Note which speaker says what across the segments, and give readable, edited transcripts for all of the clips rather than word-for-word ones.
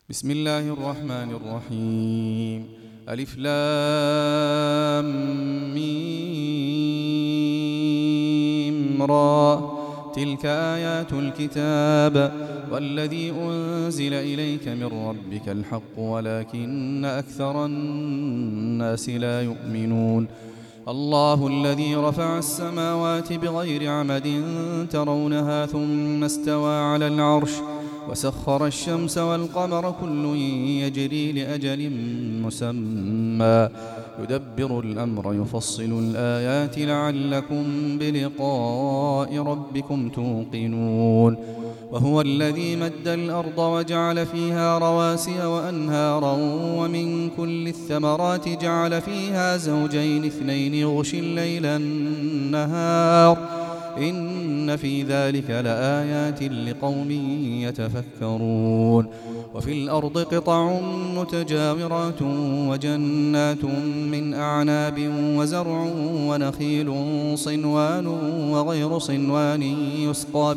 Speaker 1: بسم الله الرحمن الرحيم. ألف لام ميم را. تلك آيات الكتاب والذي أنزل إليك من ربك الحق ولكن أكثر الناس لا يؤمنون. الله الذي رفع السماوات بغير عمد ترونها ثم استوى على العرش وسخر الشمس والقمر كل يجري لأجل مسمى يدبر الأمر يفصل الآيات لعلكم بلقاء ربكم توقنون. وهو الذي مد الأرض وجعل فيها رواسي وأنهارا ومن كل الثمرات جعل فيها زوجين اثنين يغشي الليل النهار إن في ذلك لآيات لقوم يتفكرون. وفي الأرض قطع متجاورات وجنات من أعناب وزرع ونخيل صنوان وغير صنوان يسقى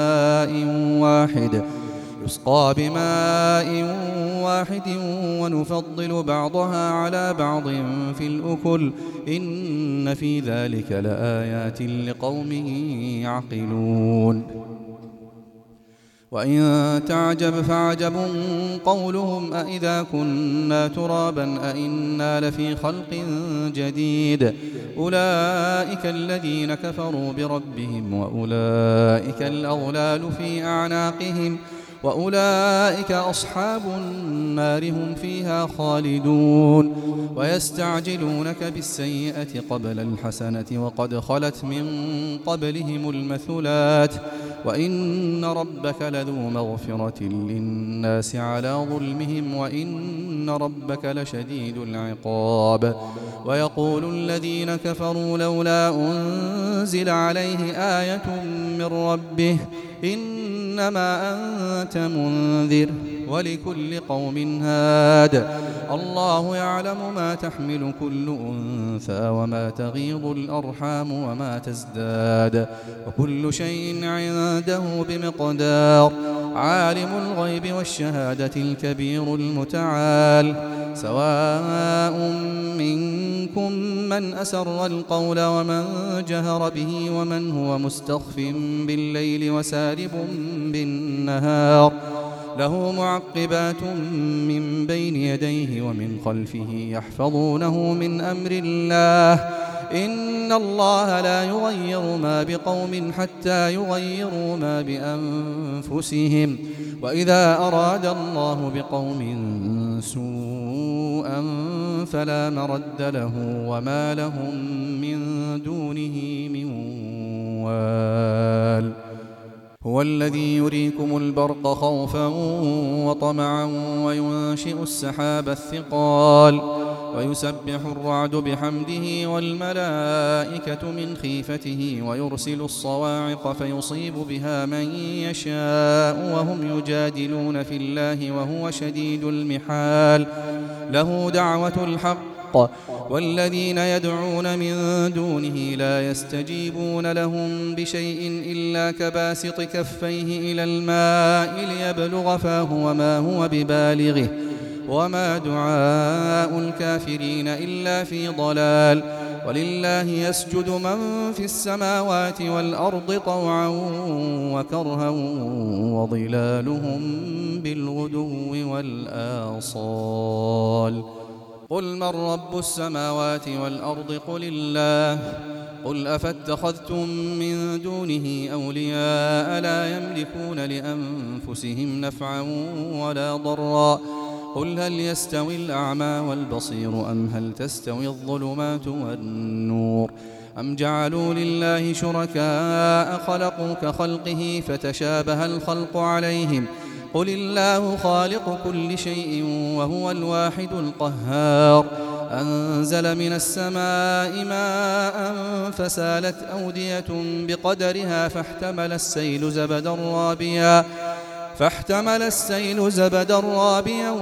Speaker 1: بماء واحد ونفضل بعضها على بعض في الأكل إن في ذلك لآيات لقوم يعقلون. وإن تعجب فعجب قولهم أإذا كنا ترابا أإنا لفي خلق جديد أولئك الذين كفروا بربهم وأولئك الأغلال في أعناقهم وأولئك أصحاب النار هم فيها خالدون. ويستعجلونك بالسيئة قبل الحسنة وقد خلت من قبلهم المثلات وإن ربك لذو مغفرة للناس على ظلمهم وإن ربك لشديد العقاب. ويقول الذين كفروا لولا أنزل عليه آية من ربه إنما أنت منذر ولكل قوم هاد الله يعلم ما تحمل كل أنثى وما تغيض الأرحام وما تزداد وكل شيء عنده بمقدار. عالم الغيب والشهادة الكبير المتعال سواء منكم من أسر القول ومن جهر به ومن هو مستخف بالليل وسارب بالنهار له معقبات من بين يديه ومن خلفه يحفظونه من أمر الله إن الله لا يغير ما بقوم حتى يغيروا ما بأنفسهم وإذا أراد الله بقوم سوءا فلا مرد له وما لهم من دونه من وال. هو الذي يريكم البرق خوفا وطمعا وينشئ السحاب الثقال ويسبح الرعد بحمده والملائكة من خيفته ويرسل الصواعق فيصيب بها من يشاء وهم يجادلون في الله وهو شديد المحال. له دعوة الحق والذين يدعون من دونه لا يستجيبون لهم بشيء إلا كباسط كفيه إلى الماء ليبلغ فاه وما هو ببالغه وما دعاء الكافرين إلا في ضلال. ولله يسجد من في السماوات والأرض طوعا وكرها وظلالهم بالغدو والآصال. قل من رب السماوات والأرض قل الله. قل أفاتخذتم من دونه أولياء لا يملكون لأنفسهم نفعا ولا ضرا قل هل يستوي الأعمى والبصير أم هل تستوي الظلمات والنور أم جعلوا لله شركاء خلقوا كخلقه فتشابه الخلق عليهم قل الله خالق كل شيء وهو الواحد القهار. أنزل من السماء ماء فسالت أودية بقدرها فاحتمل السيل زبدا رابيا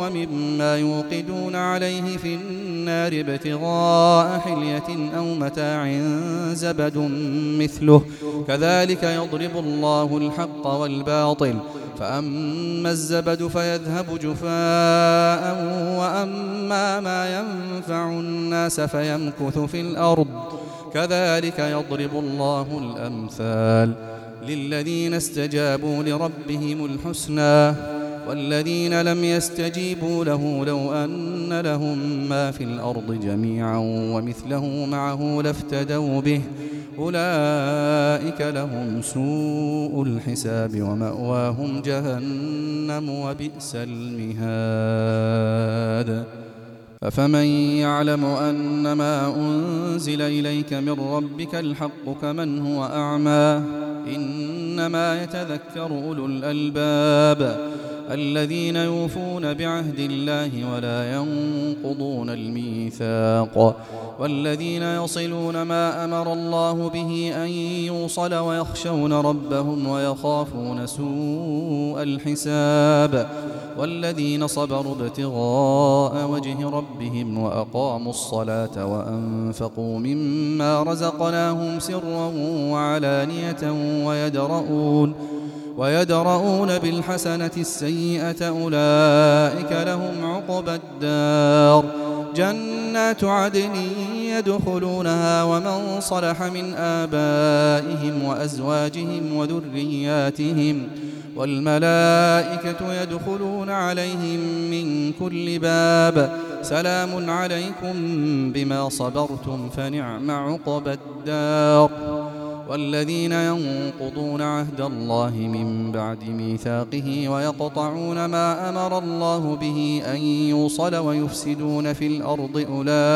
Speaker 1: ومما يوقدون عليه في النار ابتغاء حلية أو متاع زبد مثله كذلك يضرب الله الحق والباطل فأما الزبد فيذهب جفاء وأما ما ينفع الناس فيمكث في الأرض كذلك يضرب الله الأمثال للذين استجابوا لربهم الحسنى والذين لم يستجيبوا له لو أن لهم ما في الأرض جميعا ومثله معه لافتدوا به أولئك لهم سوء الحساب ومأواهم جهنم وبئس المهاد أفمن يعلم أنما أنزل إليك من ربك الحق كمن هو أعمى إنما يتذكر أولو الألباب الذين يوفون بعهد الله ولا ينقضون الميثاق والذين يصلون ما أمر الله به أن يوصل ويخشون ربهم ويخافون سوء الحساب والذين صبروا ابتغاء وجه ربهم وأقاموا الصلاة وأنفقوا مما رزقناهم سرا وعلانية ويدرؤون بالحسنة السيئة أولئك لهم عقبى الدار جنات عدن يدخلونها ومن صلح من آبائهم وأزواجهم وذرياتهم والملائكة يدخلون عليهم من كل باب سلام عليكم بما صبرتم فنعم عقبى الدار والذين ينقضون عهد الله من بعد ميثاقه ويقطعون ما أمر الله به أن يوصل ويفسدون في الأرض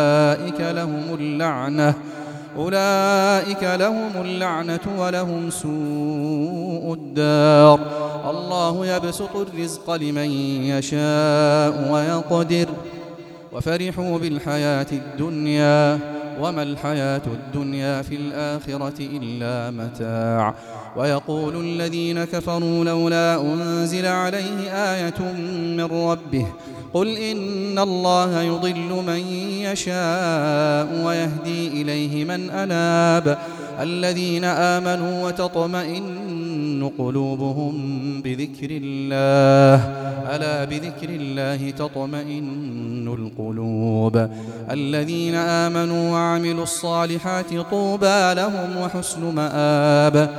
Speaker 1: أولئك لهم اللعنة ولهم سوء الدار الله يبسط الرزق لمن يشاء ويقدر وفرحوا بالحياة الدنيا وما الحياة الدنيا في الآخرة إلا متاع ويقول الذين كفروا لولا أنزل عليه آية من ربه قل إن الله يضل من يشاء ويهدي إليه من أناب الذين آمنوا وتطمئن قلوبهم بذكر الله ألا بذكر الله تطمئن القلوب الذين آمنوا وعملوا الصالحات طوبى لهم وحسن مآب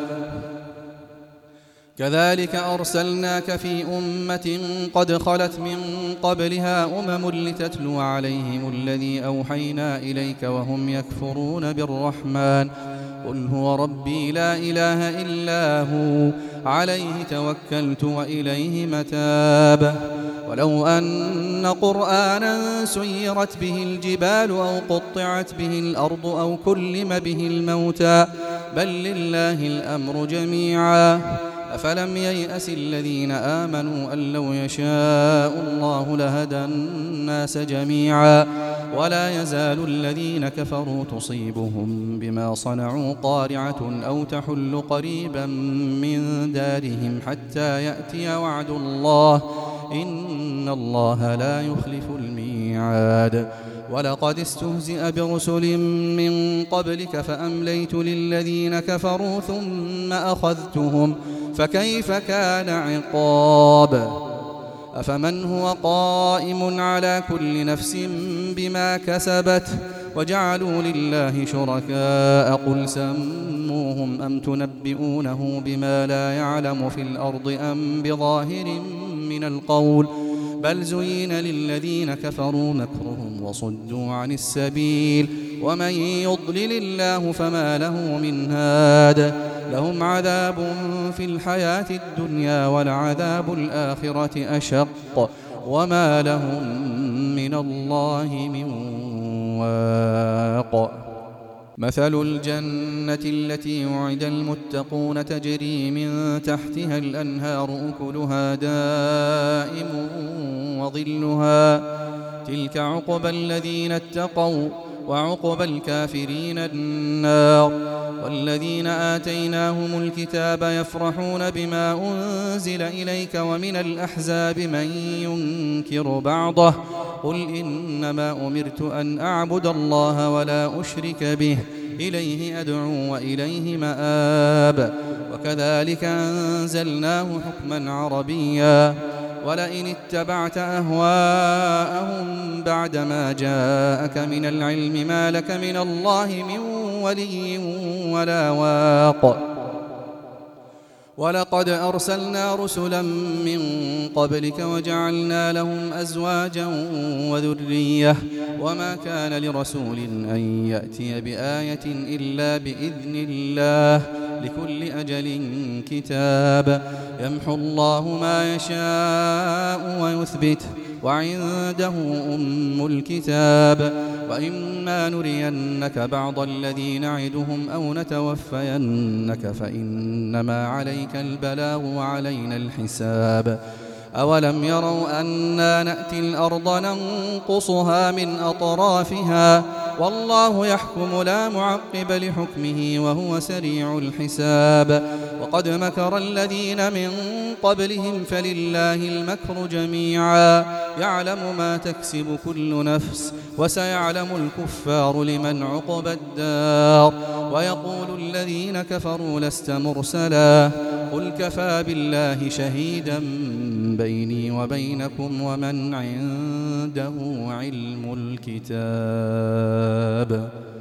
Speaker 1: كذلك أرسلناك في أمة قد خلت من قبلها لتتلو عليهم الذي أوحينا إليك وهم يكفرون بالرحمن قل هو ربي لا إله إلا هو عليه توكلت وإليه متاب ولو أن قرآنا سيرت به الجبال أو قطعت به الأرض أو كلم به الموتى بل لله الأمر جميعا أفلم ييأس الذين آمنوا أن لو يشاء الله لهدى الناس جميعا ولا يزال الذين كفروا تصيبهم بما صنعوا قارعة أو تحل قريبا من دارهم حتى يأتي وعد الله إن الله لا يخلف الميعاد ولقد استهزئ برسل من قبلك فأمليت للذين كفروا ثم أخذتهم فكيف كان عقاب أفمن هو قائم على كل نفس بما كسبت وجعلوا لله شركاء قل سموهم أم تنبئونه بما لا يعلم في الأرض أم بظاهر من القول بل زين للذين كفروا مكرهم وصدوا عن السبيل ومن يضلل الله فما له من هاد لهم عذاب في الحياة الدنيا ولعذاب الآخرة أشق وما لهم من الله من واق مثل الجنة التي وعد المتقون تجري من تحتها الأنهار أكلها دائم وظلها تلك عقبى الذين اتقوا وعقبى الكافرين النار. والذين آتيناهم الكتاب يفرحون بما أنزل إليك ومن الأحزاب من ينكر بعضه قل إنما أمرت أن أعبد الله ولا أشرك به إليه أدعو وإليه مآب. وكذلك أنزلناه حكما عربيا ولئن اتبعت أهواءهم بعدما جاءك من العلم ما لك من الله من ولي ولا واق. ولقد أرسلنا رسلا من قبلك وجعلنا لهم أزواجا وذرية وما كان لرسول أن يأتي بآية إلا بإذن الله لكل أجل كتاب يمحو الله ما يشاء ويثبت وعنده أم الكتاب. وإما نرينك بعض الذي نعدهم أو نتوفينك فإنما عليك البلاغ وعلينا الحساب. أولم يروا أنا نأتي الأرض ننقصها من أطرافها والله يحكم لا معقب لحكمه وهو سريع الحساب. وقد مكر الذين من قبلهم فلله المكر جميعا يعلم ما تكسب كل نفس وسيعلم الكفار لمن عقبى الدار. ويقول الذين كفروا لست مرسلا قل كفى بالله شهيدا بيني وبينكم ومن عنده علم الكتاب.